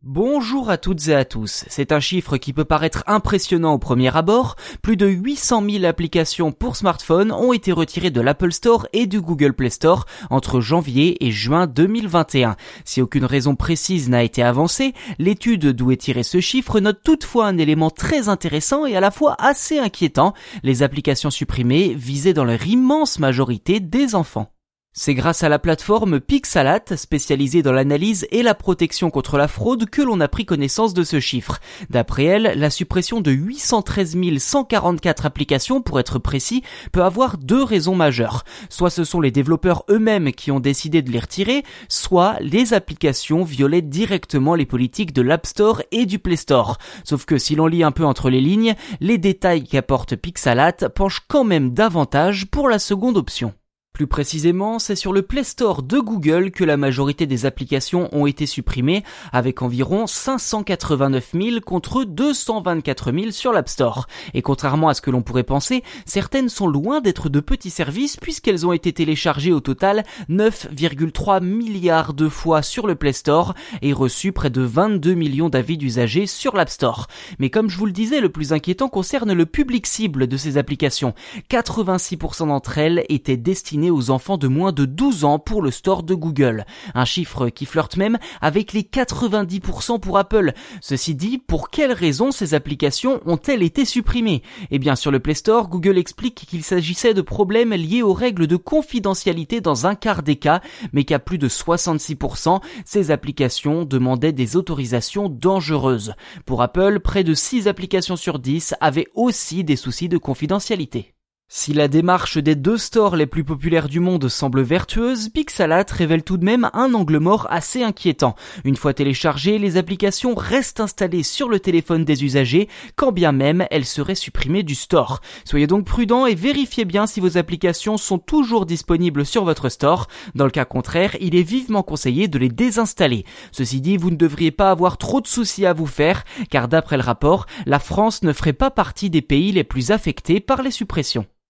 Bonjour à toutes et à tous. C'est un chiffre qui peut paraître impressionnant au premier abord. Plus de 800 000 applications pour smartphone ont été retirées de l'Apple Store et du Google Play Store entre janvier et juin 2021. Si aucune raison précise n'a été avancée, l'étude d'où est tiré ce chiffre note toutefois un élément très intéressant et à la fois assez inquiétant. Les applications supprimées visaient dans leur immense majorité des enfants. C'est grâce à la plateforme Pixalat, spécialisée dans l'analyse et la protection contre la fraude, que l'on a pris connaissance de ce chiffre. D'après elle, la suppression de 813 144 applications, pour être précis, peut avoir deux raisons majeures. Soit ce sont les développeurs eux-mêmes qui ont décidé de les retirer, soit les applications violaient directement les politiques de l'App Store et du Play Store. Sauf que si l'on lit un peu entre les lignes, les détails qu'apporte Pixalat penchent quand même davantage pour la seconde option. Plus précisément, c'est sur le Play Store de Google que la majorité des applications ont été supprimées, avec environ 589 000 contre 224 000 sur l'App Store. Et contrairement à ce que l'on pourrait penser, certaines sont loin d'être de petits services puisqu'elles ont été téléchargées au total 9,3 milliards de fois sur le Play Store et reçu près de 22 millions d'avis d'usagers sur l'App Store. Mais comme je vous le disais, le plus inquiétant concerne le public cible de ces applications. 86% d'entre elles étaient destinées aux enfants de moins de 12 ans pour le store de Google. Un chiffre qui flirte même avec les 90% pour Apple. Ceci dit, pour quelles raisons ces applications ont-elles été supprimées ? Eh bien, sur le Play Store, Google explique qu'il s'agissait de problèmes liés aux règles de confidentialité dans un quart des cas, mais qu'à plus de 66%, ces applications demandaient des autorisations dangereuses. Pour Apple, près de 6 applications sur 10 avaient aussi des soucis de confidentialité. Si la démarche des deux stores les plus populaires du monde semble vertueuse, Pixalat révèle tout de même un angle mort assez inquiétant. Une fois téléchargées, les applications restent installées sur le téléphone des usagers, quand bien même elles seraient supprimées du store. Soyez donc prudents et vérifiez bien si vos applications sont toujours disponibles sur votre store. Dans le cas contraire, il est vivement conseillé de les désinstaller. Ceci dit, vous ne devriez pas avoir trop de soucis à vous faire, car d'après le rapport, la France ne ferait pas partie des pays les plus affectés par les suppressions.